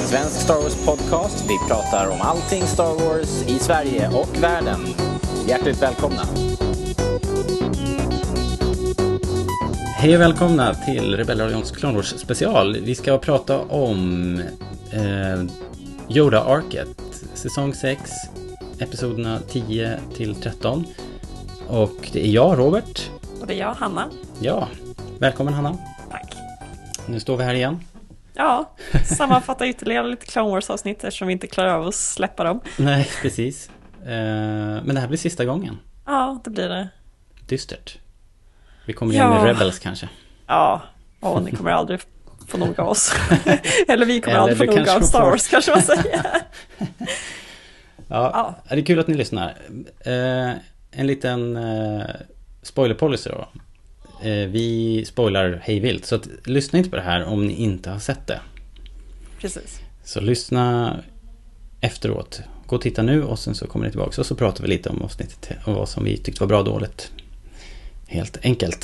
svensk Star Wars-podcast. Vi pratar om allting Star Wars i Sverige och världen. Hjärtligt välkomna! Hej och välkomna till Rebellradions Clone Wars special. Vi ska prata om Yoda-arket, säsong 6, episoderna 10-13. Och det är jag, Robert. Och det är jag, Hanna. Ja, välkommen Hanna. Tack. Nu står vi här igen. Ja, sammanfatta ytterligare lite Clone Wars-avsnitt eftersom vi inte klarar av att släppa dem. Nej, precis. Men det här blir sista gången. Ja, det blir det. Dystert. Vi kommer igen med Rebels kanske. Ja, och ni kommer aldrig få nog av oss. Eller vi kommer aldrig få nog av Star Wars, kanske man säger. Ja, det är kul att ni lyssnar. En liten spoiler policy då. Vi spoilar hejvilt, så att, lyssna inte på det här om ni inte har sett det. Precis. Så lyssna efteråt. Gå och titta nu och sen så kommer ni tillbaka och så pratar vi lite om avsnittet och vad som vi tyckte var bra och dåligt. Helt enkelt.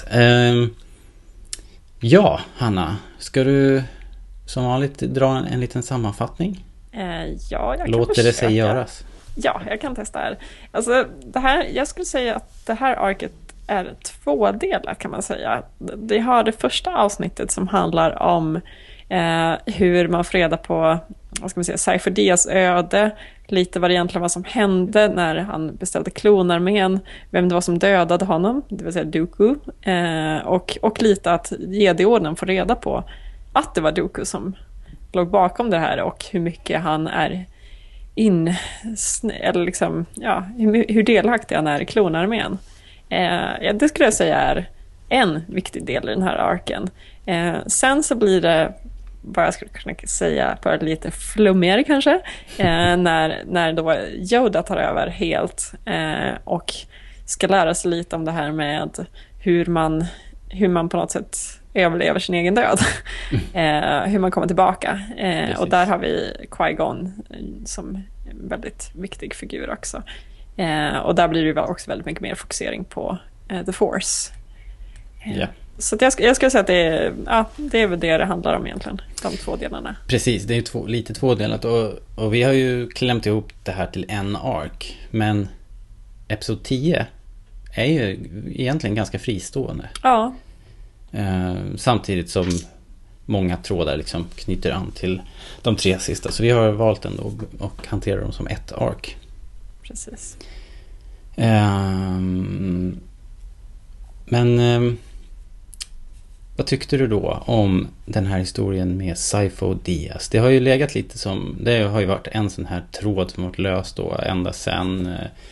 Ja, Hanna, ska du som vanligt dra en liten sammanfattning? Ja, jag kan Låter försöka. Det sig göras? Ja, jag kan testa här. Alltså, det här, jag skulle säga att det här arket är tvådelat kan man säga. Vi har det första avsnittet som handlar om hur man får reda på, vad ska man säga, Cypher Dyas öde, lite vad det egentligen var som hände när han beställde klonarmén, vem det var som dödade honom, det vill säga Dooku, och lite att Jedi-orden får reda på att det var Dooku som låg bakom det här och hur mycket han är eller liksom, ja, hur delaktig han är i klonarmén. Det skulle jag säga är en viktig del i den här arken. Sen så blir det, vad jag skulle kunna säga, bara lite flummigare kanske, när då Yoda tar över helt och ska lära sig lite om det här med hur man på något sätt överlever sin egen död. Hur man kommer tillbaka. Och där har vi Qui-Gon som en väldigt viktig figur också. Och där blir det också väldigt mycket mer fokusering på The Force. Ja. Så att jag skulle säga att det är väl det handlar om egentligen, de två delarna. Precis, det är ju lite tvådelat och vi har ju klämt ihop det här till en ark, men episod 10 är ju egentligen ganska fristående. Ja. Samtidigt som många trådar liksom knyter an till de tre sista, så vi har valt ändå och hanterar dem som ett ark. Precis. Men vad tyckte du då om den här historien med Sifo Dyas? Det har ju legat lite som, det har ju varit en sån här tråd som varit löst då ända sedan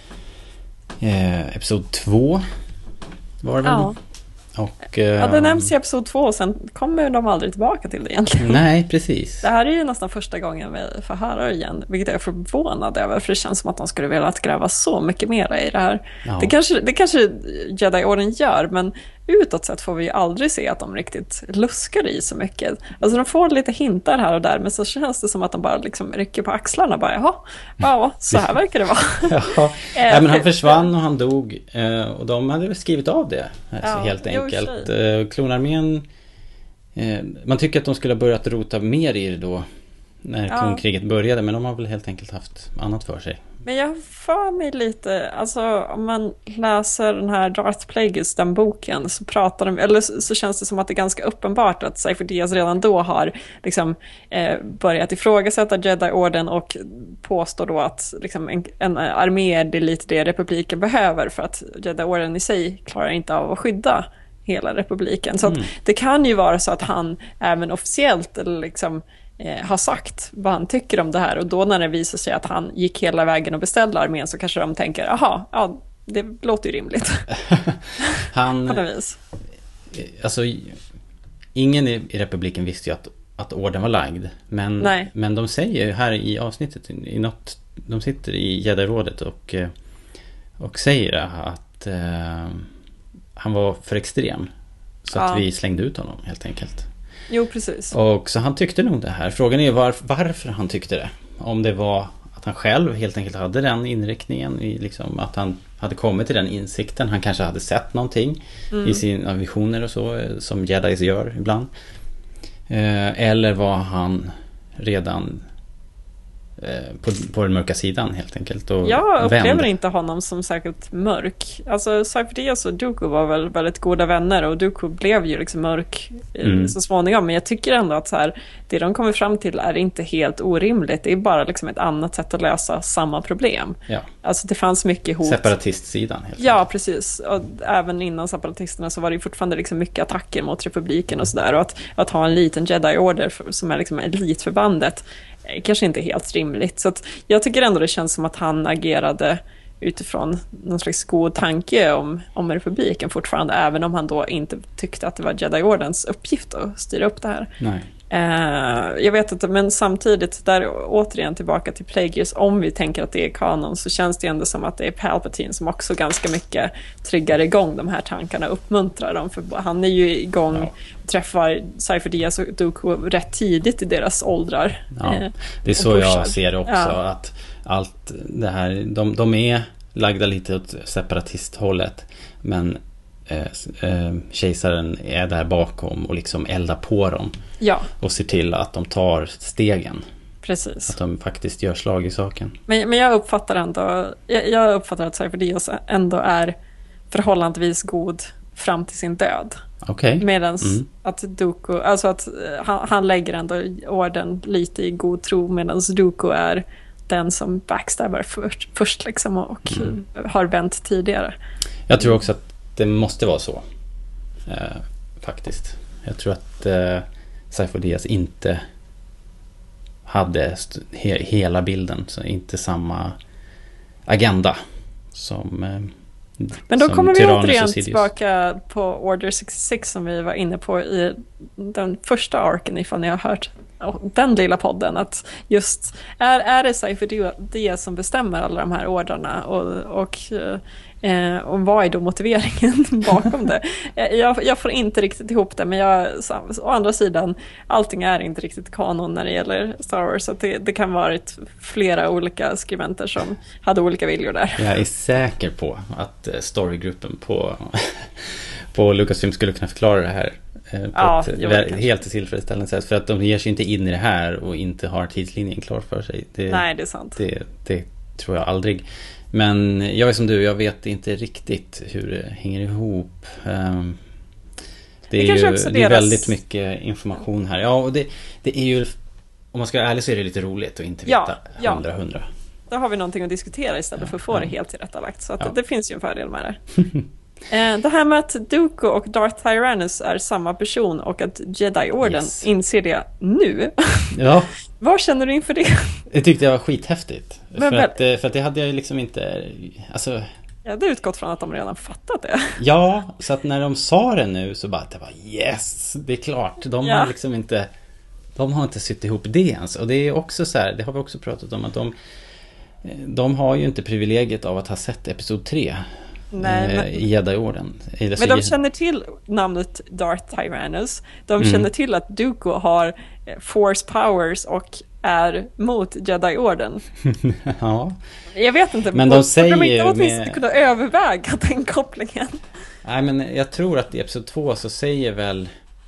episod 2 var det. Ja. Och, det nämns i episod 2 och sen kommer de aldrig tillbaka till det egentligen. Nej, precis. Det här är ju nästan första gången vi får höra det igen, vilket jag är förvånad över, för det känns som att de skulle vilja gräva så mycket mer i det här. Ja. Det kanske Jedi-orden gör, men utåt sett får vi ju aldrig se att de riktigt luskar i så mycket. Alltså de får lite hintar här och där, men så känns det som att de bara liksom rycker på axlarna och bara, ja, så här verkar det vara. Ja, men han försvann och han dog och de hade väl skrivit av det, alltså, helt enkelt. Klonarmén, man tycker att de skulle ha börjat rota mer i det då när klonkriget började, men de har väl helt enkelt haft annat för sig. Men jag för mig lite, alltså om man läser den här Darth Plagueis, den boken, så pratar de, eller så känns det som att det är ganska uppenbart att Cypher Dyas redan då har liksom börjat ifrågasätta Jedi-orden och påstår då att liksom en armé är lite det republiken behöver, för att Jedi-orden i sig klarar inte av att skydda hela republiken. Så att det kan ju vara så att han även officiellt eller liksom har sagt vad han tycker om det här, och då när det visar sig att han gick hela vägen och beställde armén, så kanske de tänker, ja, det låter ju rimligt. Han, på något vis. Alltså, ingen i republiken visste ju att orden var lagd, men de säger ju här i avsnittet i något, de sitter i Jedi-rådet och säger att han var för extrem, så att vi slängde ut honom helt enkelt. Jo, precis. Och så han tyckte nog det här. Frågan är varför han tyckte det. Om det var att han själv helt enkelt hade den inriktningen, liksom, att han hade kommit till den insikten. Han kanske hade sett någonting i sina visioner och så, som Jedis gör ibland. Eller var han redan på den mörka sidan helt enkelt. Och jag upplever inte honom som särskilt mörk. Alltså Cypher Diaz och Dooku var väl väldigt goda vänner, och Dooku blev ju liksom mörk så småningom. Men jag tycker ändå att så här, det de kommer fram till är inte helt orimligt. Det är bara liksom ett annat sätt att lösa samma problem. Ja. Alltså det fanns mycket hot. Separatistsidan helt enkelt. Ja, precis. Och även innan separatisterna så var det ju fortfarande liksom mycket attacker mot republiken och sådär. Och att ha en liten Jedi-order som är liksom elitförbandet kanske inte helt rimligt. Så att jag tycker ändå det känns som att han agerade utifrån någon slags god tanke om republiken fortfarande, även om han då inte tyckte att det var Jedi-ordens uppgift att styra upp det här. Nej. Jag vet inte, men samtidigt där återigen tillbaka till Plagueis, om vi tänker att det är kanon, så känns det ändå som att det är Palpatine som också ganska mycket triggar igång de här tankarna, uppmuntrar dem, för han är ju igång och träffar Cypher Diaz och Dooku rätt tidigt i deras åldrar. Ja, det är så jag ser också, att allt det här, de är lagda lite åt separatisthållet, men kejsaren är där bakom och liksom eldar på dem och ser till att de tar stegen. Precis. Att de faktiskt gör slag i saken. Men jag uppfattar ändå, jag uppfattar att Cypher Diaz ändå är förhållandevis god fram till sin död. Okay. Medan att Dooku, alltså att han lägger ändå orden lite i god tro, medan Dooku är den som backstabbar först liksom, och har vänt tidigare. Jag tror också att det måste vara så. Faktiskt. Jag tror att Cypher Diaz inte hade hela bilden, så inte samma agenda som men då kommer vi återigen tillbaka på Order 66 som vi var inne på i den första arken, ifall ni har hört den lilla podden, att just är det Cypher Diaz som bestämmer alla de här ordrarna, och vad är då motiveringen bakom det? Jag får inte riktigt ihop det, men å andra sidan, allting är inte riktigt kanon när det gäller Star Wars, så att det kan vara flera olika skribenter som hade olika viljor där. Jag är säker på att storygruppen på Lucasfilm skulle kunna förklara det här på ett helt tillfredsställande sätt, för att de ger sig inte in i det här och inte har tidslinjen klar för sig. Nej, det är sant. Det tror jag aldrig. Men jag är som du, jag vet inte riktigt hur det hänger ihop. Det är väldigt mycket information här. Ja, och det är ju, om man ska vara ärlig så är det lite roligt att inte veta 100. Då har vi någonting att diskutera istället för att få det helt tillrättalagt. Så att det finns ju en fördel med det. Det här med att Dooku och Darth Tyrannus är samma person och att Jedi-orden inser det nu. Ja. Vad känner du inför det? Det tyckte jag var skithäftigt. För att det hade jag ju liksom inte... Alltså... Jag hade utgått från att de redan fattat det. Ja, så att när de sa det nu så bara, det var det är klart. De har liksom inte... De har inte sytt ihop det ens. Och det är också så här, det har vi också pratat om, att de har ju inte privilegiet av att ha sett episod 3. I Jedi-orden. Men de känner till namnet Darth Tyrannus. De känner till att Dooku har force powers och är mot Jedi-orden. Ja. Jag vet inte. Men de säger de inte åtminstone kunna överväga den kopplingen. Nej, men jag tror att i episod 2 så säger väl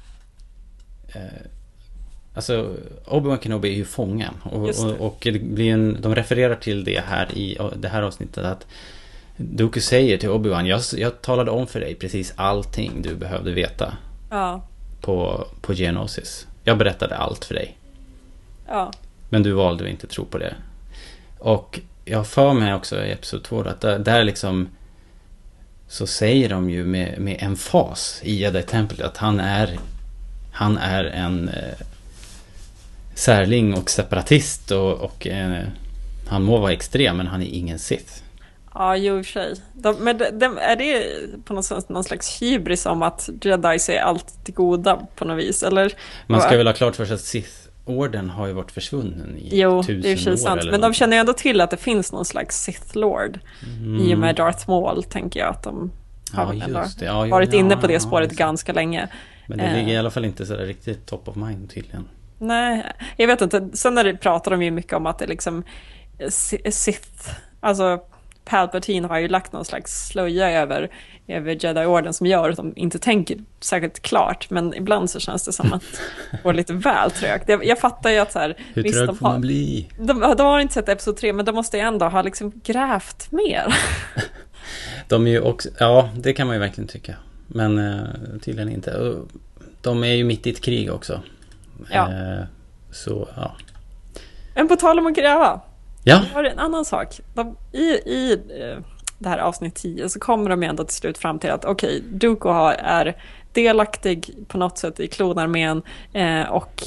alltså Obi-Wan Kenobi är ju fången. Och det blir de refererar till det här i det här avsnittet, att Dooku säger till Obi-Wan, jag talade om för dig precis allting du behövde veta på Geonosis. Jag berättade allt för dig. Ja. Men du valde att inte tro på det. Och jag för mig också i episod 2 att där liksom så säger de ju med emfas i Jedi-templet att han är en särling och separatist och han må vara extrem, men han är ingen Sith. Ja, ju i och för sig. Men är det på någon slags hybris om att Jedi är alltid goda på något vis? Eller? Man ska väl ha klart för sig att Sith-orden har ju varit försvunnen i 1000 år. Sant. Men de känner ju ändå till att det finns någon slags Sith-lord. I och med Darth Maul tänker jag att de har varit inne på det spåret ganska länge. Men det ligger i alla fall inte så där riktigt top of mind tydligen. Nej, jag vet inte. Sen när det pratar de ju mycket om att det liksom Sith, alltså Palpatine har ju lagt någon slags slöja över Jedi-orden som gör att de inte tänker särskilt klart. Men ibland så känns det som att det går lite väl trögt. Jag fattar ju att så här... Hur trög får man bli? De har inte sett episod 3, men de måste ju ändå ha liksom grävt mer. De är ju också... Ja, det kan man ju verkligen tycka. Men tydligen inte. De är ju mitt i ett krig också. Ja. Så, ja. Men på tal om att gräva. Ja. Jag har en annan sak. I det här avsnitt 10 så kommer de ändå till slut fram till att okej, Dooku är delaktig på något sätt i klonarmén och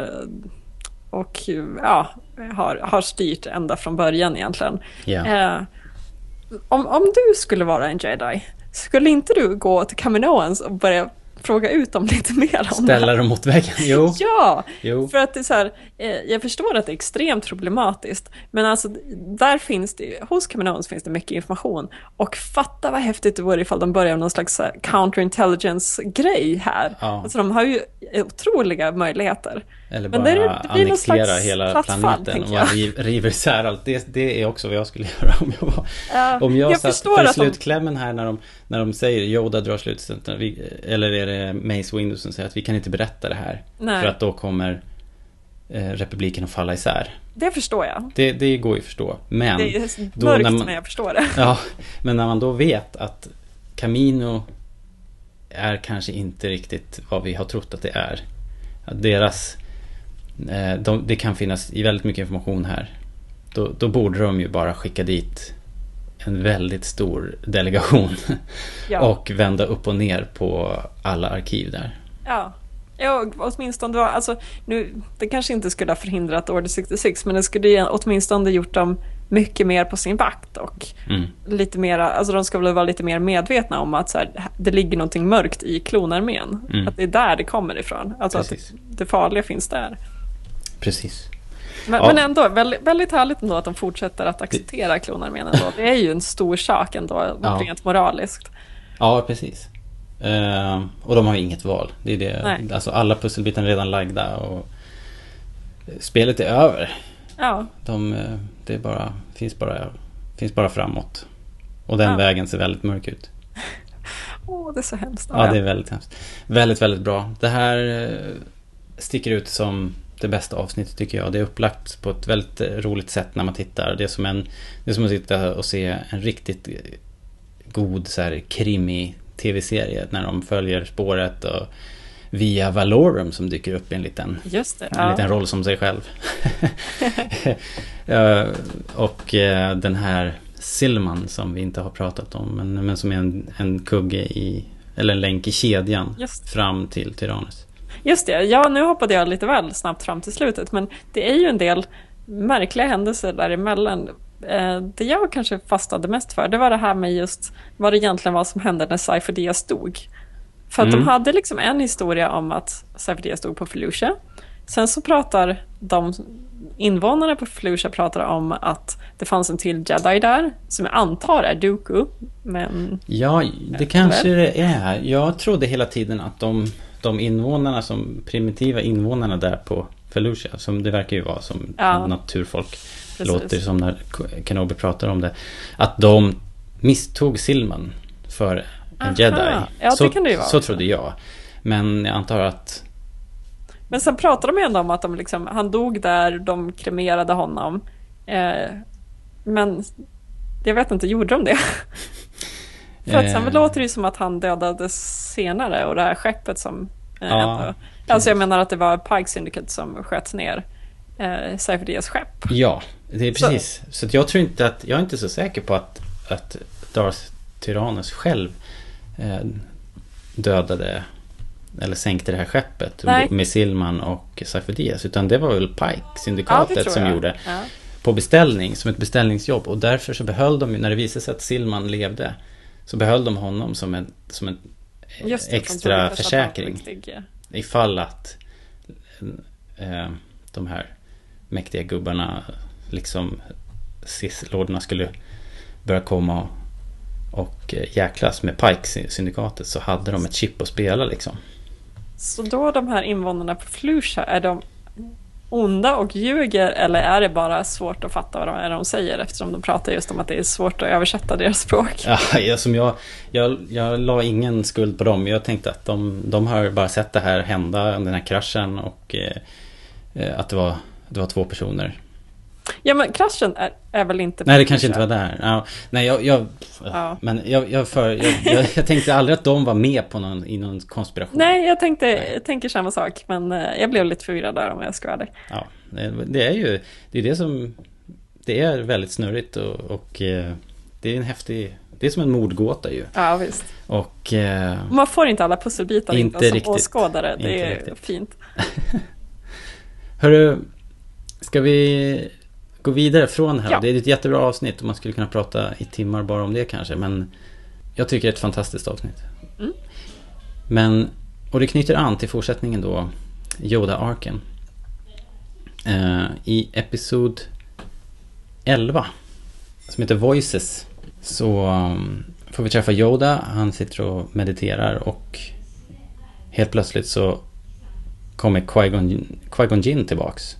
har styrt ända från början egentligen. Yeah. Om du skulle vara en Jedi, skulle inte du gå till Kaminoans och börja fråga ut dem lite mer om ställa dem mot väggen? Jo. Ja, jo. För att det är så här, jag förstår att det är extremt problematiskt, men alltså där finns det, hos Kaminoans finns det mycket information, och fatta vad häftigt det vore ifall de börjar med någon slags counterintelligence-grej här. Ja. Alltså de har ju otroliga möjligheter. Eller bara det annektera hela planeten och river isär allt. Det är också vad jag skulle göra om jag var... om jag satt för slutklämmen här när de säger Yoda drar slutet, eller är det Mace Windu som säger att vi kan inte berätta det här. Nej. För att då kommer republiken att falla isär. Det förstår jag. Det går ju att förstå. Men det är mörkt när jag förstår det. Ja, men när man då vet att Kamino är kanske inte riktigt vad vi har trott att det är. Att det kan finnas i väldigt mycket information här. Då borde de ju bara skicka dit en väldigt stor delegation och vända upp och ner på alla arkiv där. Ja, åtminstone alltså, nu, det kanske inte skulle ha förhindrat Order 66, men det skulle ju åtminstone gjort dem mycket mer på sin vakt och lite mer, alltså de ska väl vara lite mer medvetna om att så här, det ligger någonting mörkt i klonarmén, att det är där det kommer ifrån, alltså att det farliga finns där. Precis. Men ändå, väldigt härligt ändå att de fortsätter att acceptera klonarmén ändå. Det är ju en stor sak ändå, rent moraliskt. Ja, precis. Och de har inget val. Det är det. Nej. Alltså alla pusselbitar är redan lagda och spelet är över. Ja. Det är bara finns bara framåt. Och den vägen ser väldigt mörk ut. Det är så hemskt. Ja, det är väldigt hemskt. Väldigt, väldigt bra. Det här sticker ut som det bästa avsnittet tycker jag. Det är upplagt på ett väldigt roligt sätt när man tittar. Det är som att sitta och se en riktigt god så här krimi tv-serie när de följer spåret och via Valorum som dyker upp i en liten roll som sig själv. Och den här Silman som vi inte har pratat om, men som är en kugge eller en länk i kedjan fram till Tyrannus. Just det, nu hoppade jag lite väl snabbt fram till slutet, men det är ju en del märkliga händelser däremellan. Det jag kanske fastnade mest för, det var det här med just vad det egentligen var som hände när Cypher Diaz dog. För att de hade liksom en historia om att Cypher Diaz dog på Felucia. Sen så pratar de invånarna på Felucia pratar om att det fanns en till Jedi där som jag antar är Dooku. Men ja, det kanske det är. Jag trodde hela tiden att de invånarna som primitiva invånarna där på Felucia, som det verkar ju vara som naturfolk. Precis. Låter som när Kenobi pratar om det, att de misstog Silman för en Jedi. Ja, det kan det ju vara. Så trodde jag. Men jag antar att... Men sen pratar de ändå om att han dog där, de kremerade honom. Men jag vet inte, gjorde de det? För att sen låter det som att han dödades senare, och det här skeppet som... alltså jag menar att det var Pike Syndicate som sköts ner. Cypher Diaz skepp. Ja, det är precis. Så jag tror inte att jag är inte så säker på att Darth Tyrannus själv dödade eller sänkte det här skeppet med Silman och Cypher Diaz, utan det var väl Pike-syndikatet som gjorde på beställning, som ett beställningsjobb, och därför så behöll de, när det visade sig att Silman levde, så behöll de honom som en extra försäkring ifall att de här mäktiga gubbarna, liksom Sith-lorderna, skulle börja komma och jäklas med Pike-syndikatet, så hade de ett chip att spela liksom. Så då de här invånarna på Felucia, är onda och ljuger, eller är det bara svårt att fatta vad de säger, eftersom de pratar just om att det är svårt att översätta deras språk? Ja, jag la ingen skuld på dem. Jag tänkte att de har bara sett det här hända, den här kraschen, och att det var 2 personer. Ja, men kraschen är väl inte... Nej, det kanske inte var där. Ja, nej, men jag tänkte aldrig att de var med på någon konspiration. Nej, jag tänker samma sak, men jag blev lite förvirrad där, om jag ska vara det. Ja, det är det som... Det är väldigt snurrigt och det är en häftig... Det är som en mordgåta ju. Ja, visst. Och... Man får inte alla pusselbitar inte som åskådare. Det är riktigt fint. Hörru, ska vi gå vidare från här? Ja. Det är ett jättebra avsnitt och man skulle kunna prata i timmar bara om det kanske. Men jag tycker det är ett fantastiskt avsnitt. Och det knyter an till fortsättningen då, Yoda-arken. I episod 11, som heter Voices, så får vi träffa Yoda. Han sitter och mediterar och helt plötsligt så kommer Qui-Gon Jinn tillbaks.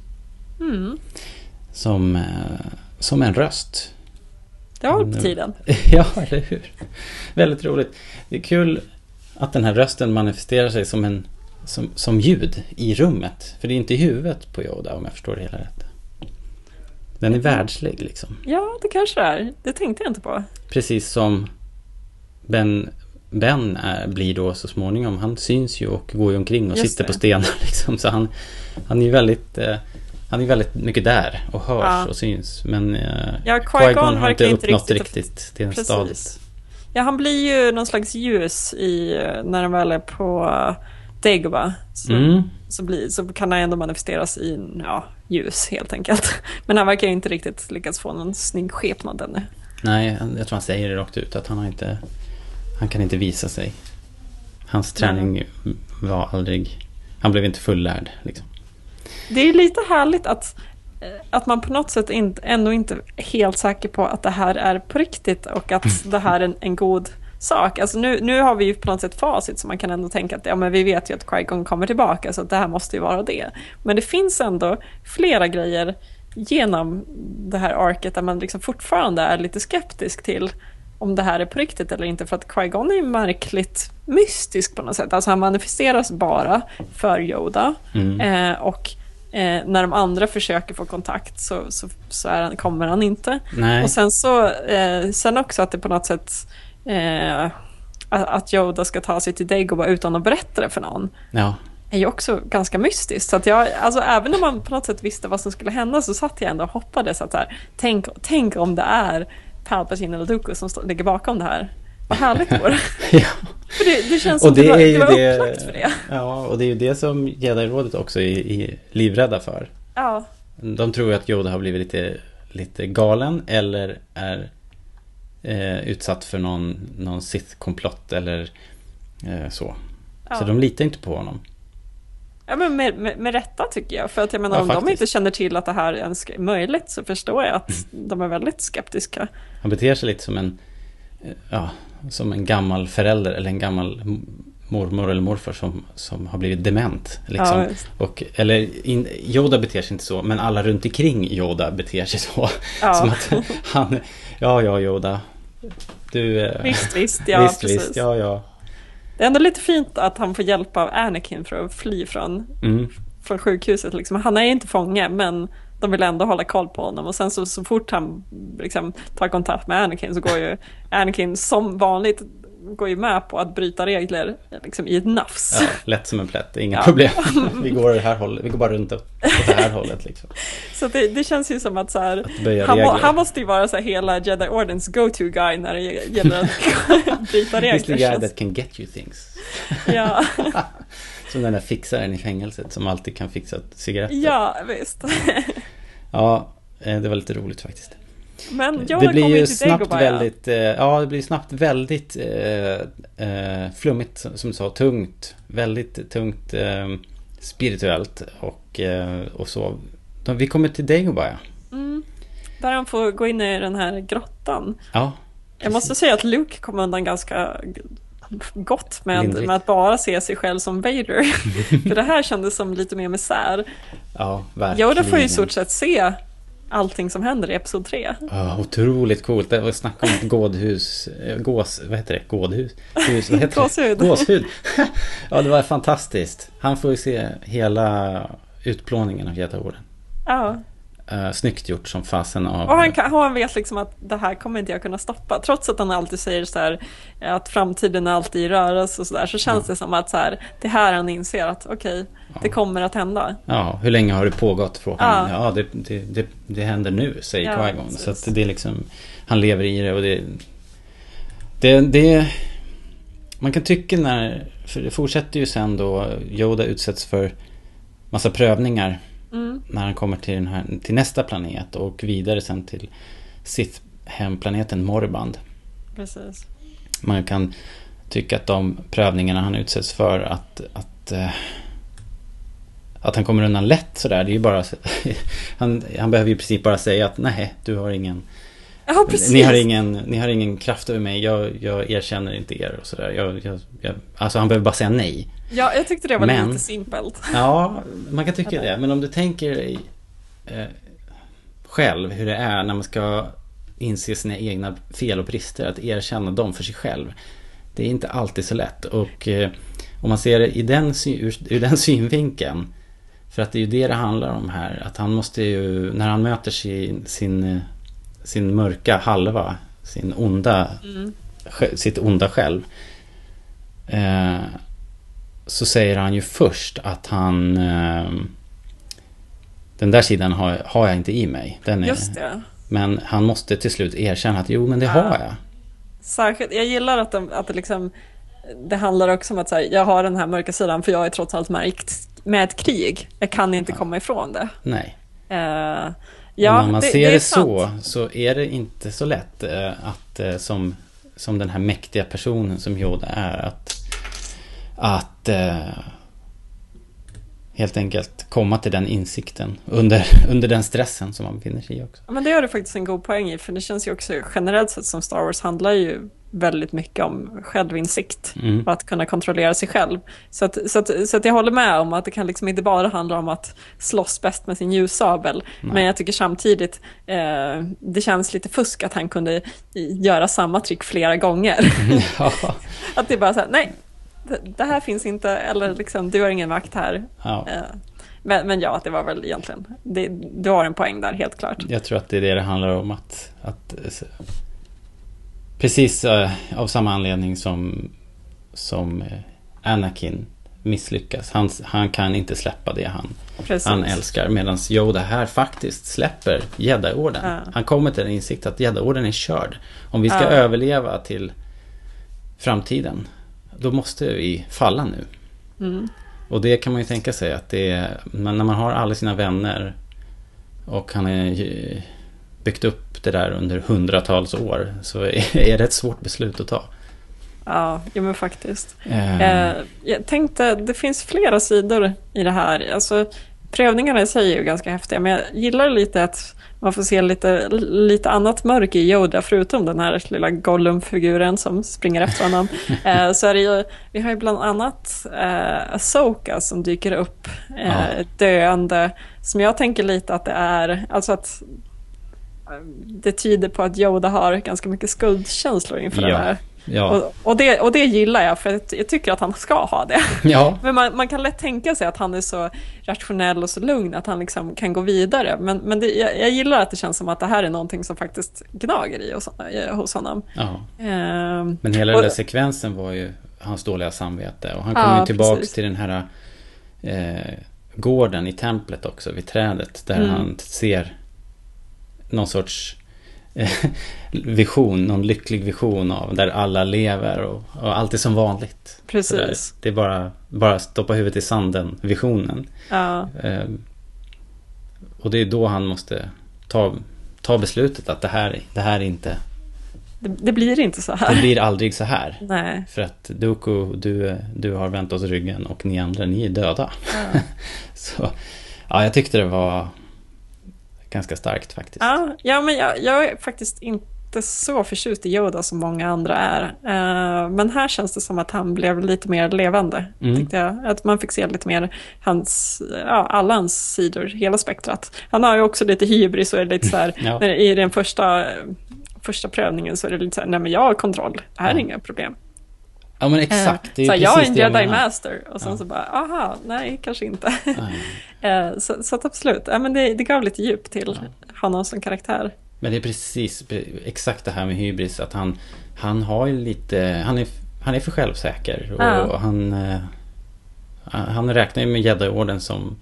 Som en röst. Det var på tiden. Ja, eller hur? Väldigt roligt. Det är kul att den här rösten manifesterar sig som ljud i rummet. För det är inte i huvudet på Yoda, om jag förstår det hela rätt. Den är världslig liksom. Ja, det kanske är. Det tänkte jag inte på. Precis som Ben blir då så småningom. Han syns ju och går ju omkring och sitter på stenar liksom. Så han är ju väldigt mycket där och hörs och syns. Men Qui-Gon har inte uppnått riktigt till den stadiet. Ja, han blir ju någon slags ljus när de väl är på Dagobah. Så kan han ändå manifesteras i ljus helt enkelt. Men han verkar ju inte riktigt lyckats få någon snygg skepnad ännu. Nej, jag tror han säger det rakt ut att han kan inte visa sig. Hans träning var aldrig... Han blev inte fullärd liksom. Det är lite härligt att man på något sätt ändå inte är helt säker på att det här är på riktigt och att det här är en god sak. Alltså nu har vi ju på något sätt facit, så man kan ändå tänka att men vi vet ju att Qui-Gon kommer tillbaka, så att det här måste ju vara det. Men det finns ändå flera grejer genom det här arket där man liksom fortfarande är lite skeptisk till om det här är på riktigt eller inte, för att Qui-Gon är ju märkligt mystisk på något sätt. Alltså han manifesteras bara för Yoda och när de andra försöker få kontakt så kommer han inte. Nej. Och sen också att det på något sätt att Yoda ska ta sig till Dagobah utan att berätta det för någon. Ja. Är ju också ganska mystiskt. Så att även om man på något sätt visste vad som skulle hända, så satt jag ändå och hoppades att tänk om det är Palpatine eller Dooku som ligger bakom det här. Vad härligt det vore. Ja. För det känns som det var upplagt för det. Ja, och det är ju det som Jedi-rådet också är livrädda för. Ja. De tror att Yoda har blivit lite galen eller är utsatt för någon Sith-komplott eller så. Ja. Så de litar inte på honom. Ja, men med rätta tycker jag. För att jag menar, om de inte känner till att det här ens är möjligt, så förstår jag att de är väldigt skeptiska. Han beter sig lite som en gammal förälder eller en gammal mormor eller morfar som har blivit dement liksom. Ja, Yoda beter sig inte så, men alla runt omkring Yoda beter sig så. Ja. Som att han Yoda, du visst, visst, ja. Det är ändå lite fint att han får hjälp av Anakin för att fly från sjukhuset liksom. Han är inte fånge, men de vill ändå hålla koll på honom. Och sen så fort han liksom tar kontakt med Anakin, så går ju Anakin som vanligt med på att bryta regler liksom i ett nafs. Ja, lätt som en plätt, inga problem. Vi går det här hållet, vi går bara runt åt det här hållet liksom. Så det känns ju som att så här, han måste ju vara så här hela Jedi Ordens go-to guy när det gäller att bryta regler. He's the guy that can get you things. Ja. Som den där fixaren i fängelset som alltid kan fixa cigaretter. Ja, visst. Ja, det var lite roligt faktiskt. Men det blir ju snabbt väldigt det blir snabbt väldigt flummigt, som du sa, tungt, väldigt tungt spirituellt och så. Vi kommer till Dagobah. Där han får gå in i den här grottan. Ja. Jag måste säga att Luke kom undan ganska gott med att bara se sig själv som Vader. För det här kändes som lite mer misär. Ja, verkligen. Yoda får ju i stort sett se allting som händer i episod 3. Ja, otroligt coolt. Det var snack om ett gårdhus. Vad heter det? Gårdhus? Vad heter Gåshud. Det? Gåshud. Ja, det var fantastiskt. Han får ju se hela utplåningen av Jedi-orden. Ja. Snyggt gjort som fasen av... Och han vet liksom att det här kommer inte jag kunna stoppa. Trots att han alltid säger så här, att framtiden är alltid i rörelse och sådär, så känns det som att så här, det här han inser att okej, det kommer att hända. Ja, hur länge har det pågått? Frågan. Ja, det händer nu, säger Qui-Gon. Så att det är liksom, han lever i det, och det man kan tycka för det fortsätter ju sen då Yoda utsätts för massa prövningar när han kommer till nästa planet och vidare sen till sitt hemplaneten Morband. Precis. Man kan tycka att de prövningarna han utsätts för att han kommer undan lätt sådär, det är ju bara han behöver ju i princip bara säga att nej, du har ingen ni har ingen kraft över mig, jag erkänner inte er och sådär. Alltså han behöver bara säga nej. Ja, jag tyckte det var lite simpelt. Ja, man kan tycka det. Men om du tänker själv hur det är när man ska inse sina egna fel och brister, att erkänna dem för sig själv, det är inte alltid så lätt. Och om man ser det ur den synvinkeln, för att det är ju det handlar om här, att han måste ju, när han möter sin mörka halva, sitt onda själv, så säger han ju först att han den där sidan har jag inte i mig. Just det. Men han måste till slut erkänna att jo, men det har jag. Särskilt, jag gillar att det liksom, det handlar också om att så här, jag har den här mörka sidan för jag är trots allt med ett krig. Jag kan inte komma ifrån det. Nej. Ja, när man ser det så är det inte så lätt att som den här mäktiga personen som Yoda är, att helt enkelt komma till den insikten under den stressen som man befinner sig i också. Ja, men det har du faktiskt en god poäng i, för det känns ju också generellt sett som Star Wars handlar ju väldigt mycket om självinsikt och att kunna kontrollera sig själv. Så att jag håller med om att det kan liksom inte bara handla om att slåss bäst med sin ljussabel. Nej. Men jag tycker samtidigt det känns lite fusk att han kunde göra samma trick flera gånger. Ja. Att det är bara så här, nej, det här finns inte, eller liksom, du har ingen makt här. Ja. Men ja, det var väl egentligen du har en poäng där, helt klart. Jag tror att det är det handlar om, att precis av samma anledning som Anakin misslyckas. Han kan inte släppa det han älskar, medan Yoda här faktiskt släpper Jedi-orden. Ja. Han kommer till en insikt att Jedi-orden är körd. Om vi ska överleva till framtiden, då måste vi falla nu. Och det kan man ju tänka sig att det är, när man har alla sina vänner och han är byggt upp det där under hundratals år, så är det ett svårt beslut att ta. Ja, men faktiskt. Jag tänkte, det finns flera sidor i det här. Alltså, prövningarna i sig är ju ganska häftiga, men jag gillar lite att man får se lite annat mörk i Yoda, förutom den här lilla Gollum-figuren som springer efter honom. Så är det ju, vi har ju bland annat Ahsoka som dyker upp döende, som jag tänker lite att det är, alltså att det tyder på att Yoda har ganska mycket skuldkänslor inför det här. Ja. Och det gillar jag, för jag tycker att han ska ha det. Ja. Men man kan lätt tänka sig att han är så rationell och så lugn att han liksom kan gå vidare. Men jag gillar att det känns som att det här är någonting som faktiskt gnager hos honom. Ja. Men hela den där sekvensen var ju hans dåliga samvete. Och han kommer ju tillbaka till den här gården i templet också, vid trädet, där han ser någon sorts vision, någon lycklig vision av där alla lever och allt är som vanligt. Precis. Det är bara stoppa huvudet i sanden, visionen. Ja. Och det är då han måste ta beslutet att det här är inte, det blir inte så här. Det blir aldrig så här. Nej. För att Dooku, du har vänt oss ryggen och ni andra, ni är döda. Ja. Så jag tyckte det var ganska starkt faktiskt. Ja, men jag är faktiskt inte inte så förtjust i Yoda som många andra är. Men här känns det som att han blev lite mer levande. Tyckte jag. Att man fick se lite mer alla hans sidor, hela spektrat. Han har ju också lite hybris och är lite så här, i den första prövningen så är det lite så här, nej men jag har kontroll, det här är inga problem. Ja men exakt. Det är så precis jag är en det Jedi Master och sen så bara, aha, nej kanske inte. Så att absolut, men det gav lite djup till honom som karaktär. Men det är precis exakt det här med hybris, att han har ju lite, han är för självsäker och han räknar ju med Jedi-orden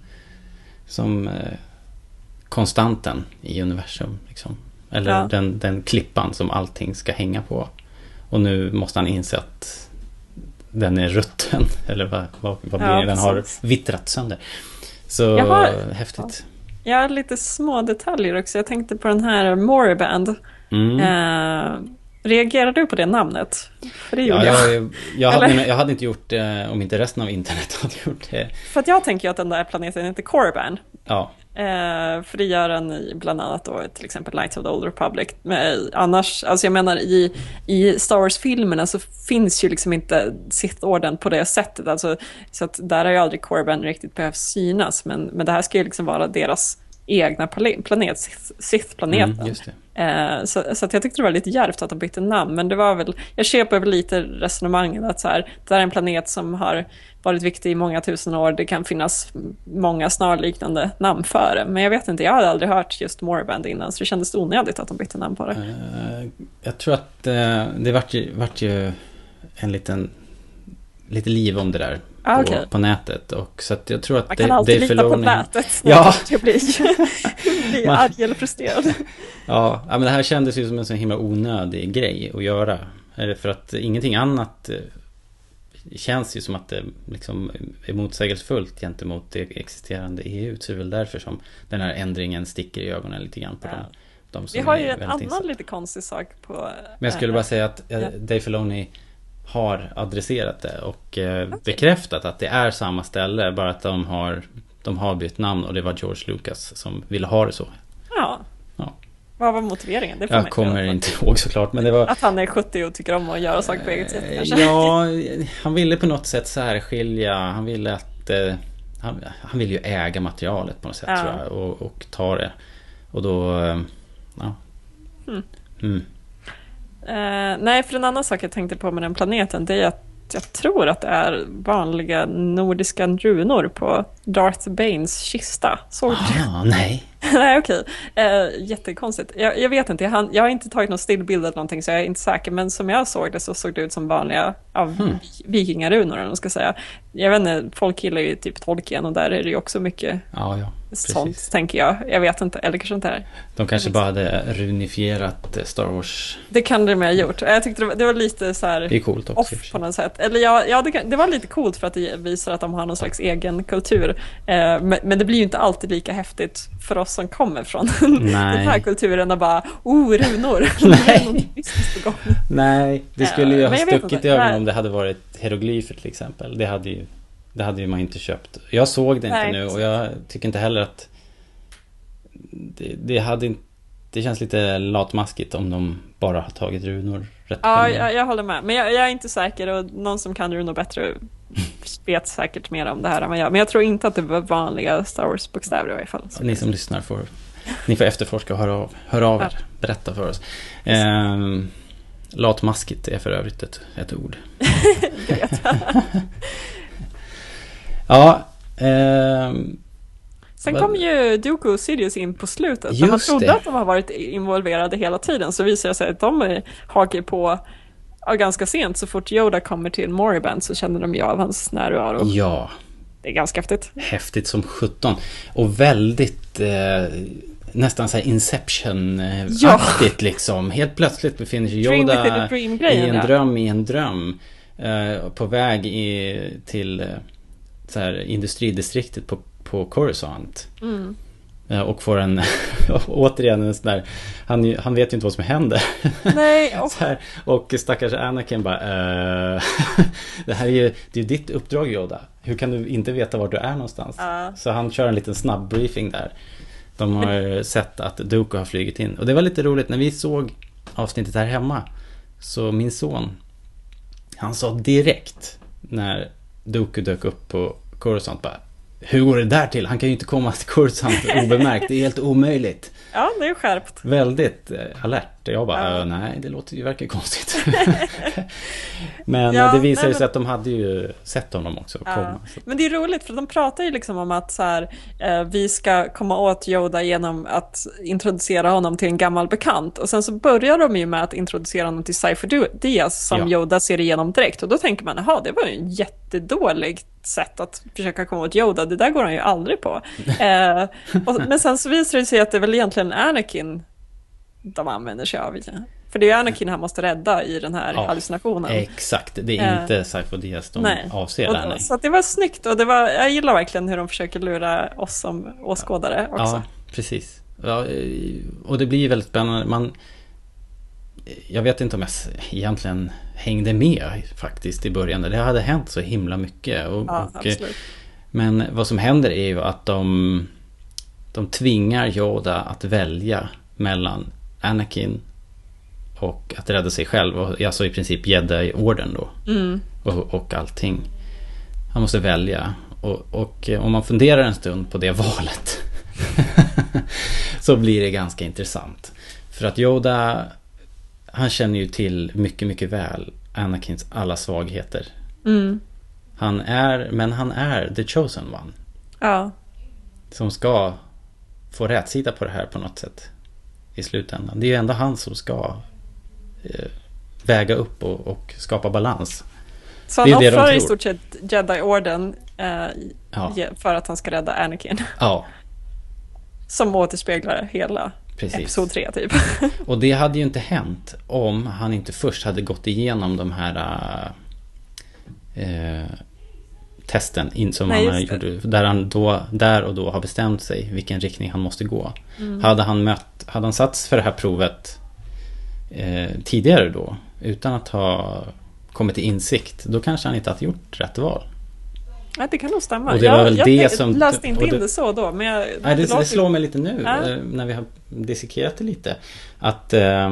som konstanten i universum liksom. Eller den klippan som allting ska hänga på. Och nu måste han inse att den är rutten. Eller vad blir det? Den har vittrat sönder. Så häftigt. Jag har lite små detaljer också. Jag tänkte på den här Moriband. Reagerar du på det namnet? För det gjorde jag hade inte gjort det om inte resten av internet hade gjort det. För att jag tänker att den där planeten heter Korriban. Ja. För det gör den i bland annat då, till exempel Knights of the Old Republic. Men annars, alltså jag menar i Star Wars-filmerna så finns ju liksom inte Sith-orden på det sättet. Alltså, så att där har ju aldrig Korriban riktigt behövt synas. Men det här ska ju liksom vara deras egna planet, Sith-planeten. Just det. Så att jag tyckte det var lite djärvt att de bytte namn, men det var väl, jag köper väl lite resonemanget att så här, det är en planet som har varit viktig i många tusen år, det kan finnas många snarliknande namn för det, men jag vet inte, jag hade aldrig hört just Moriband innan, så det kändes onödigt att de bytte namn på det. Jag tror att det vart ju en lite liv om det där på nätet, och så att jag tror att man kan alltid lita på nätet. Jag blir arg eller frustrerad. Ja, men det här kändes ju som en så himla onödig grej att göra. För att ingenting annat känns ju som att det liksom är motsägelsefullt gentemot det existerande EU. Så det är väl därför som den här ändringen sticker i ögonen lite grann på de som. Vi har ju en annan lite konstig sak på. Men jag skulle bara säga att Dave Filoni har adresserat det och bekräftat att det är samma ställe, bara att de har bytt namn, och det var George Lucas som ville ha det så. Ja. Vad var motiveringen? Det får jag kommer inte ihåg såklart, men det var att han är 70 och tycker om att göra saker på eget sätt kanske. Ja, han ville på något sätt särskilja, han ville att han ville ju äga materialet på något sätt tror jag, och ta det. Och då nej, för en annan sak jag tänkte på med den planeten, det är att jag tror att det är vanliga nordiska runor på Darth Banes kista. Såg du det? Nej. Nej, okej. Jättekonstigt. Jag vet inte, jag har inte tagit någon stillbild eller någonting, så jag är inte säker, men som jag såg det så såg det ut som vanliga vikingarunor, om man ska säga. Jag vet inte, folk gillar ju typ Tolkien, och där är det ju också mycket sånt, tänker jag. Jag vet inte, eller kanske inte här. De kanske bara hade runifierat Star Wars. Det kan de ha gjort. Jag tyckte det var lite så här, det är coolt också, off på något sätt. Eller det var lite coolt för att det visar att de har någon slags egen kultur. Men det blir ju inte alltid lika häftigt för oss som kommer från den här kulturen och bara, runor. Nej, det skulle ju ha stuckit i ögonen om det hade varit hieroglyfer till exempel. Det hade ju man inte köpt. Jag såg det inte nu, och jag tycker inte heller att det känns lite latmaskigt om de bara har tagit runor rätt. Ja, jag håller med. Men jag är inte säker, och någon som kan runor bättre vet säkert mer om det här än vad jag. Men jag tror inte att det var vanliga Star Wars-bokstäver i alla fall. Ni som lyssnar får efterforska och höra av er. Berätta för oss. Latmaskigt är för övrigt ett ord. Jag vet. Sen kom ju Dooku och Sidious in på slutet. När man trodde att de har varit involverade hela tiden, så visar det sig att de hakar på ganska sent. Så fort Yoda kommer till Moriband så känner de ju av hans närvaro. Ja. Det är ganska häftigt. Häftigt som 17. Och väldigt nästan så här Inception-aktigt liksom. Helt plötsligt befinner sig Yoda i en dröm på väg till så här industridistriktet på Coruscant. Och får återigen en sån där, han vet ju inte vad som händer. Nej. Så här, och stackars Anakin bara det här är ju ditt uppdrag, Yoda. Hur kan du inte veta var du är någonstans? Så han kör en liten snabb briefing där. De har sett att Dooku har flugit in. Och det var lite roligt när vi såg avsnittet här hemma. Så min son, han sa direkt när Dooku dök upp på Coruscant bara, hur går det där till? Han kan ju inte komma till Coruscant obemärkt. Det är helt omöjligt. Ja, det är skärpt. Väldigt alert. Jag bara, nej, det låter ju verkar konstigt. Men det visade sig att de hade ju sett honom också komma. Men det är roligt för de pratar ju liksom om att så här, vi ska komma åt Yoda genom att introducera honom till en gammal bekant. Och sen så börjar de ju med att introducera honom till Cypher Diaz som Yoda ser igenom direkt. Och då tänker man, det var ju en jättedåligt sätt att försöka komma åt Yoda. Det där går han ju aldrig på. Men sen så visar det sig att det är väl egentligen Anakin de använder sig av. För det är Anakin han måste rädda i den här hallucinationen. Exakt, det är inte Cypher Diaz de avser där. Nej. Så att det var snyggt och jag gillar verkligen hur de försöker lura oss som åskådare också. Ja, precis. Ja, och det blir väldigt spännande. Jag vet inte om jag egentligen hängde med faktiskt i början. Det hade hänt så himla mycket. Men vad som händer är ju att de tvingar Yoda att välja mellan Anakin och att rädda sig själv. Och alltså i princip Jedi-orden då. Och allting. Han måste välja. Och om man funderar en stund på det valet så blir det ganska intressant. För att Yoda, han känner ju till mycket, mycket väl Anakins alla svagheter. Han är the chosen one. Ja. Som ska få rätsida på det här på något sätt i slutändan. Det är ju ändå han som ska väga upp och skapa balans. Så han offrar i stort sett Jedi-orden för att han ska rädda Anakin. Ja. Som återspeglar hela episod 3 typ. Och det hade ju inte hänt om han inte först hade gått igenom de här testen som han gjorde, där han där och då har bestämt sig vilken riktning han måste gå. Hade han satts för det här provet tidigare då utan att ha kommit till insikt, då kanske han inte hade gjort rätt val. Ja, det kan nog stämma. Och det var väl jag som läste inte in det så då, men det slår mig lite nu när vi har dissekerat det lite att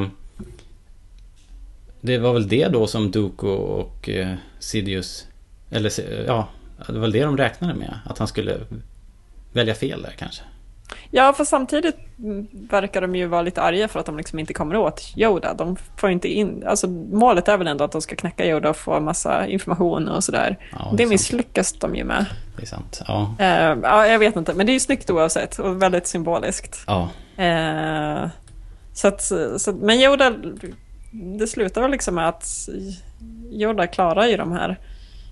det var väl det då som Dooku och Sidious det var väl det de räknade med, att han skulle välja fel där kanske. Ja, för samtidigt verkar de ju vara lite arga för att de liksom inte kommer åt Yoda. De får inte in, alltså målet är väl ändå att de ska knäcka Yoda och få massa information och sådär. Ja, det misslyckas de ju med. Det är sant, ja. Jag vet inte, men det är ju snyggt oavsett och väldigt symboliskt. Ja. Men Yoda, det slutar väl liksom med att Yoda klarar ju de här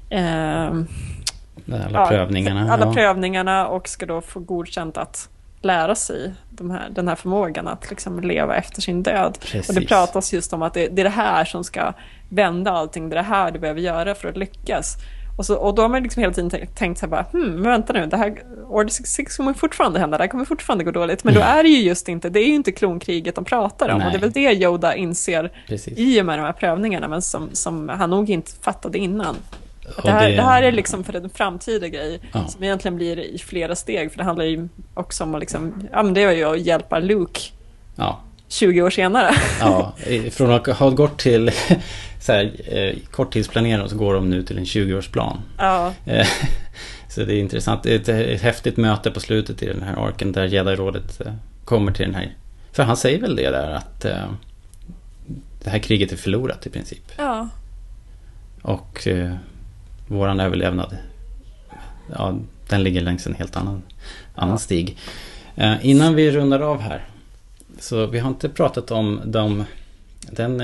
alla prövningarna. Alla prövningarna och ska då få godkänt att lära sig den här förmågan att liksom leva efter sin död. Precis. Och det pratas just om att det är det här som ska vända allting. Det är det här du behöver göra för att lyckas. Och då har man liksom hela tiden tänkt så här bara, men vänta nu, det här Order 66 kommer fortfarande hända, det här kommer fortfarande gå dåligt. Men då är det ju just inte, det är ju inte klonkriget de pratar om. Nej. Och det är väl det Yoda inser i och med de här prövningarna, men som han nog inte fattade innan. Det här är liksom för en framtida grej som egentligen blir i flera steg, för det handlar ju också om att liksom, det är ju att hjälpa Luke 20 år senare. Ja, från att ha gått till så här, korttidsplanering så går de nu till en 20-årsplan. Ja. Så det är intressant. Det är ett häftigt möte på slutet i den här arken där Jedi-rådet kommer till den här. För han säger väl det där att det här kriget är förlorat i princip. Ja. Och våran överlevnad, den ligger längs en helt annan stig. Innan vi rundar av här, så vi har inte pratat om den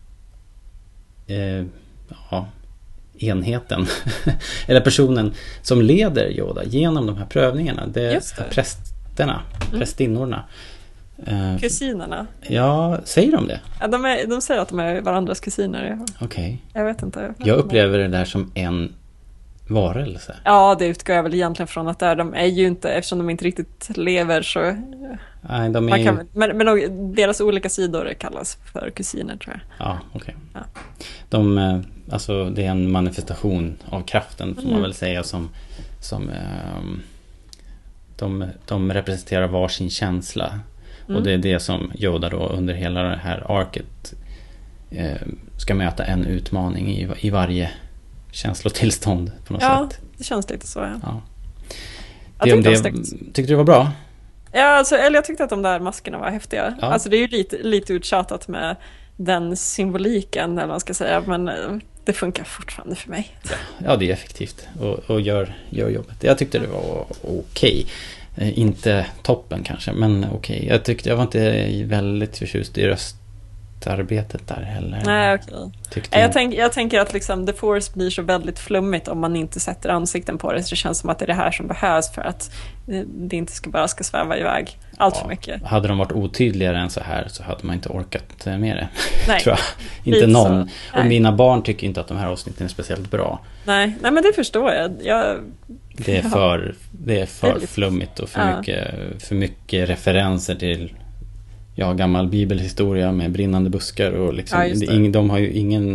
enheten eller personen som leder Yoda genom de här prövningarna. Det är prästerna, prästinnorna. Kusinerna. Ja, säger de det? Ja, de säger att de är varandras kusiner. Okej. Jag vet inte. Jag upplever det där som en varelse. Ja, det utgår jag väl egentligen från att de är ju inte, eftersom de inte riktigt lever så... Nej, de är men deras olika sidor kallas för kusiner, tror jag. Ja, okej. Ja. Alltså det är en manifestation av kraften, får man väl säga, som de representerar varsin känsla. Och det är det som Yoda då under hela det här arket ska möta en utmaning i varje känslotillstånd på något sätt. Ja, det känns lite så. Ja. Tyckte du det var bra? Ja, alltså, eller jag tyckte att de där maskerna var häftiga. Ja. Alltså det är ju lite uttjatat med den symboliken, eller vad man ska säga, men det funkar fortfarande för mig. Ja, det är effektivt och gör jobbet. Jag tyckte det var okej. Inte toppen kanske, men okej. Jag var inte väldigt förtjust i röstarbetet där heller. Nej, okej. Jag tänker att liksom The Force blir så väldigt flummigt om man inte sätter ansikten på det, så det känns som att det är det här som behövs för att det inte bara ska sväva iväg allt för mycket. Hade de varit otydligare än så här så hade man inte orkat med det. Nej. Tror jag. Inte någon. Och mina barn tycker inte att de här avsnitten är speciellt bra. Nej, men det förstår jag. Det är för flummigt och för mycket referenser till gammal bibelhistoria med brinnande buskar och liksom, de har ju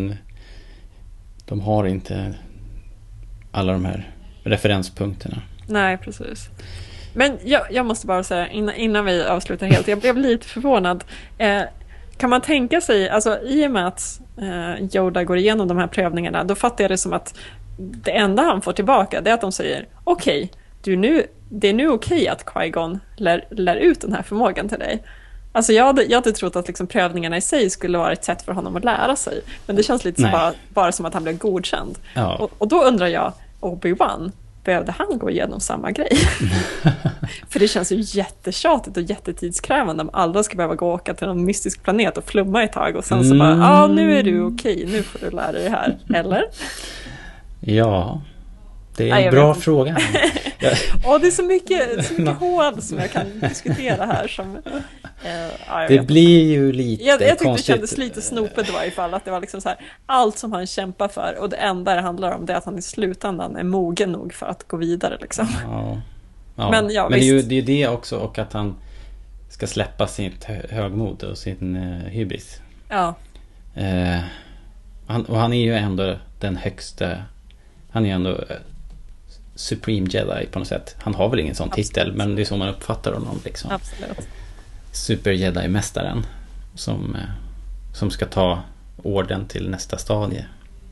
de har inte alla de här referenspunkterna. Nej, precis. Men jag måste bara säga innan vi avslutar helt, jag blev lite förvånad. Kan man tänka sig, alltså i och med att Yoda går igenom de här prövningarna, då fattar jag det som att det enda han får tillbaka det är att de säger okej, det är nu okej att Qui-Gon lär ut den här förmågan till dig. Alltså jag hade trott att liksom prövningarna i sig skulle vara ett sätt för honom att lära sig. Men det känns lite bara som att han blev godkänd. Ja. Och då undrar jag, Obi-Wan, behövde han gå igenom samma grej? För det känns ju jättetjatigt och jättetidskrävande om alla ska behöva gå och åka till en mystisk planet och flumma ett tag och sen så bara, nu är du okej, nu får du lära dig det här. Eller? Ja, det är en bra fråga. Det är så mycket hål som jag kan diskutera här. Det blir ju lite jag tyckte konstigt. Det kändes lite snopet i varje fall. Att det var liksom så här, allt som han kämpar för. Och det enda det handlar om det är att han i slutändan är mogen nog för att gå vidare. Liksom. Ja. Men det är ju det också. Och att han ska släppa sitt högmod och sin hybris. Ja. Han är ju ändå den högsta. Han är ju ändå Supreme Jedi på något sätt. Han har väl ingen sån titel, men det är så man uppfattar honom liksom. Absolut. Super Jedi-mästaren som ska ta orden till nästa stadie.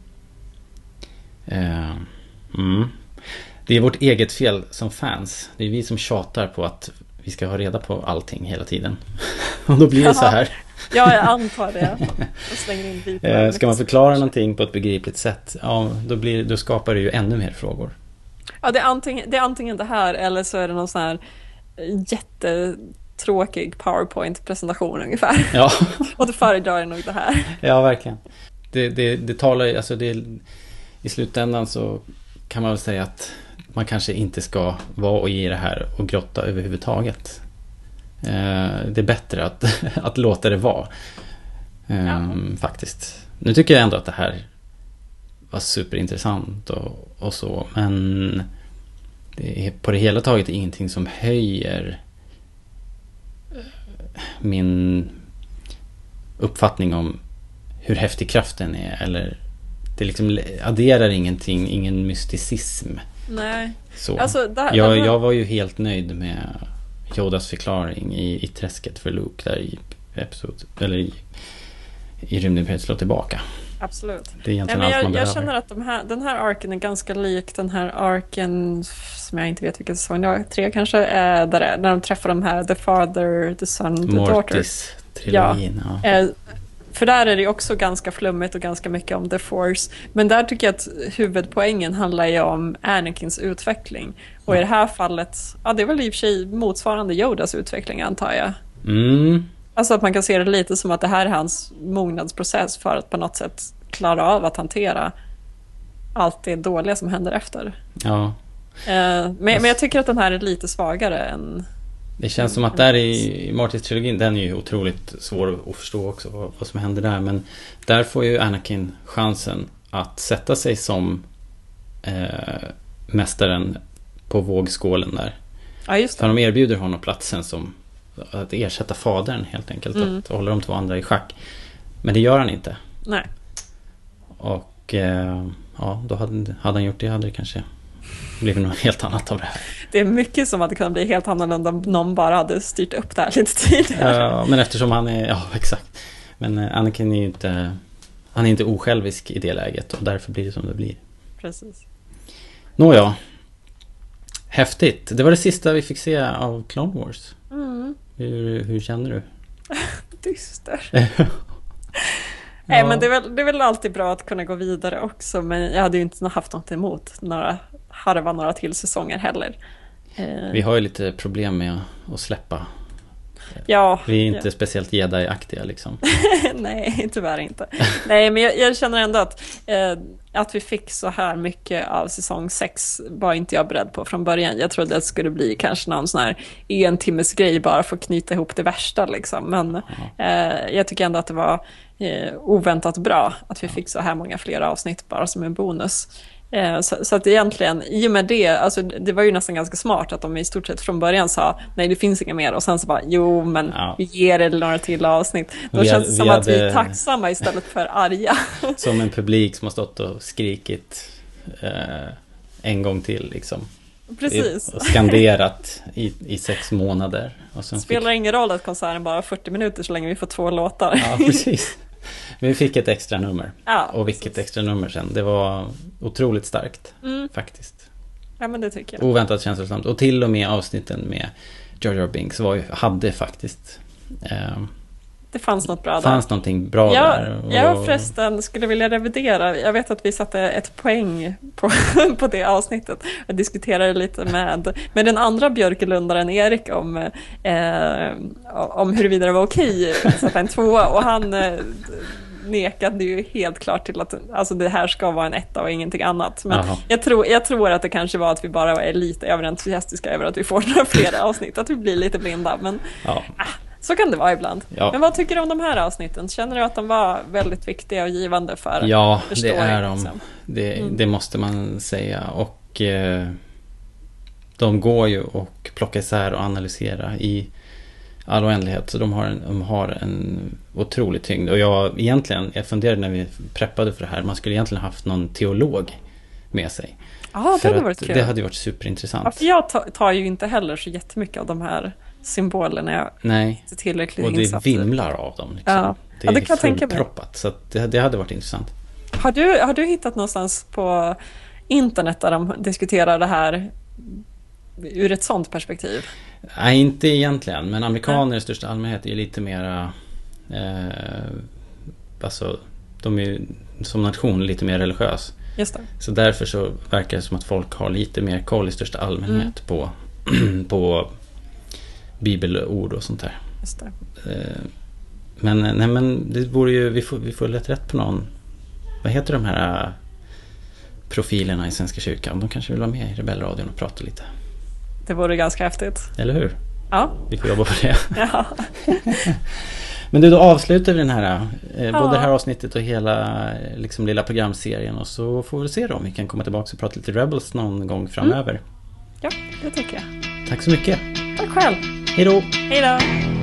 Det är vårt eget fel som fans. Det är vi som tjatar på att vi ska ha reda på allting hela tiden. Och då blir det så här. Ja, jag antar det. Jag slänger in bitar. Ska man förklara någonting på ett begripligt sätt, då skapar det ju ännu mer frågor. Ja, det är antingen det här eller så är det någon sån här jättetråkig PowerPoint-presentation ungefär. Ja. Och då föredrar jag nog det här. Ja, verkligen. Det talar, alltså i slutändan så kan man väl säga att man kanske inte ska vara i det här och grotta överhuvudtaget. Det är bättre att låta det vara. Faktiskt. Nu tycker jag ändå att det här var superintressant och så, men det är på det hela taget ingenting som höjer min uppfattning om hur häftig kraften är, eller det liksom adderar ingenting, ingen mysticism. Nej. Så. Alltså, jag var ju helt nöjd med Yodas förklaring i träsket för Luke där i episod, eller i Rymdimperiet slår tillbaka. Absolut. Det är egentligen allt man behöver. Jag känner att den här arken är ganska lik den här arken som jag inte vet vilken säsong det var, 3 kanske, när de träffar de här The Father, The Son, The Daughter. Mortis-trilogin. Ja. För där är det också ganska flummigt och ganska mycket om The Force. Men där tycker jag att huvudpoängen handlar ju om Anakins utveckling. Och i det här fallet, det är väl i och för sig motsvarande Yodas utveckling, antar jag. Alltså att man kan se det lite som att det här är hans mognadsprocess för att på något sätt klara av att hantera allt det dåliga som händer efter. Ja. Men jag tycker att den här är lite svagare än... Det känns som att där i Mortis-trilogin, den är ju otroligt svår att förstå också vad som händer där. Men där får ju Anakin chansen att sätta sig som mästaren på vågskålen där. Ja, just det. För de erbjuder honom platsen som att ersätta fadern helt enkelt. Att hålla de 2 andra i schack. Men det gör han inte. Nej. Och då hade han gjort det, hade det kanske blivit något helt annat av det här. Det är mycket som hade kunnat bli helt annorlunda om någon bara hade styrt upp det här lite tidigare. Ja, men eftersom han är, ja exakt. Men Anakin är ju inte, han är inte osjälvisk i det läget och därför blir det som det blir. Precis. Nåja. Häftigt. Det var det sista vi fick se av Clone Wars. Hur känner du? Dyster. Ja. Nej, men det är väl alltid bra att kunna gå vidare också. Men jag hade ju inte haft något emot några till säsonger heller. Vi har ju lite problem med att släppa. Ja. Vi är inte speciellt Jedi-aktiga liksom. Nej, tyvärr inte. Nej, men jag känner ändå att vi fick så här mycket av säsong 6 var inte jag beredd på från början. Jag trodde att det skulle bli kanske någon sån här 1 timmes grej bara för att knyta ihop det värsta liksom. Men jag tycker ändå att det var oväntat bra att vi fick så här många fler avsnitt bara som en bonus. Så att egentligen, i och med det, alltså det var ju nästan ganska smart att de i stort sett från början sa nej, det finns inga mer, och sen så bara, jo men vi ger det några till avsnitt. Då känns det som att vi är tacksamma istället för arga. Som en publik som har stått och skrikit en gång till liksom. Precis. Och skanderat i 6 månader. Och sen spelar ingen roll att konserten bara 40 minuter så länge vi får 2 låtar. Ja, precis. Men vi fick ett extra nummer. Ja, och vilket precis. Extra nummer sen. Det var otroligt starkt faktiskt. Ja, men det tycker jag. Oväntat känslosamt. Och till och med avsnitten med Jar Jar Binks hade faktiskt det fanns något bra där. Fanns någonting bra där. Jag förresten skulle vilja revidera. Jag vet att vi satte ett poäng på det avsnittet. Jag diskuterade lite med den andra björkelundaren Erik om huruvida det var okej att sätta en 2. Och han nekade ju helt klart till att alltså det här ska vara en 1 och ingenting annat. Men jag tror att det kanske var att vi bara är lite överentusiastiska över att vi får några fler avsnitt. Att vi blir lite blinda. Men så kan det vara ibland. Ja. Men vad tycker du om de här avsnitten? Känner du att de var väldigt viktiga och givande för att förstå? Ja, det är de. Det måste man säga. Och de går ju att plocka isär och analysera i all oändlighet. Så de har en otrolig tyngd. Och jag funderade när vi preppade för det här. Man skulle egentligen haft någon teolog med sig. Ja, det hade varit kul. Det hade varit superintressant. Ja, för jag tar ju inte heller så jättemycket av de här symbolerna. Nej, tillräckligt och det insatt. vimlar av dem. Liksom. Ja. Det är det kan jag tänka mig. Proppat, så att det hade varit intressant. Har du hittat någonstans på internet där de diskuterar det här ur ett sånt perspektiv? Nej, inte egentligen. Men amerikaner i största allmänhet är ju lite mera alltså, de är ju som nation lite mer religiös. Just det. Så därför så verkar det som att folk har lite mer koll i största allmänhet på bibelord och sånt där. Just det. Men det vore ju, vi får lätt rätt på någon. Vad heter de här profilerna i Svenska kyrkan? De kanske vill vara med i Rebellradion och prata lite. Det vore ganska häftigt. Eller hur? Ja. Vi får jobba på det. Ja. Men då avslutar vi den här både det här avsnittet och hela liksom lilla programserien, och så får vi se då om vi kan komma tillbaka och prata lite Rebels någon gång framöver. Ja, det tycker jag. Tack så mycket. Tack själv. Hej då. Hej då.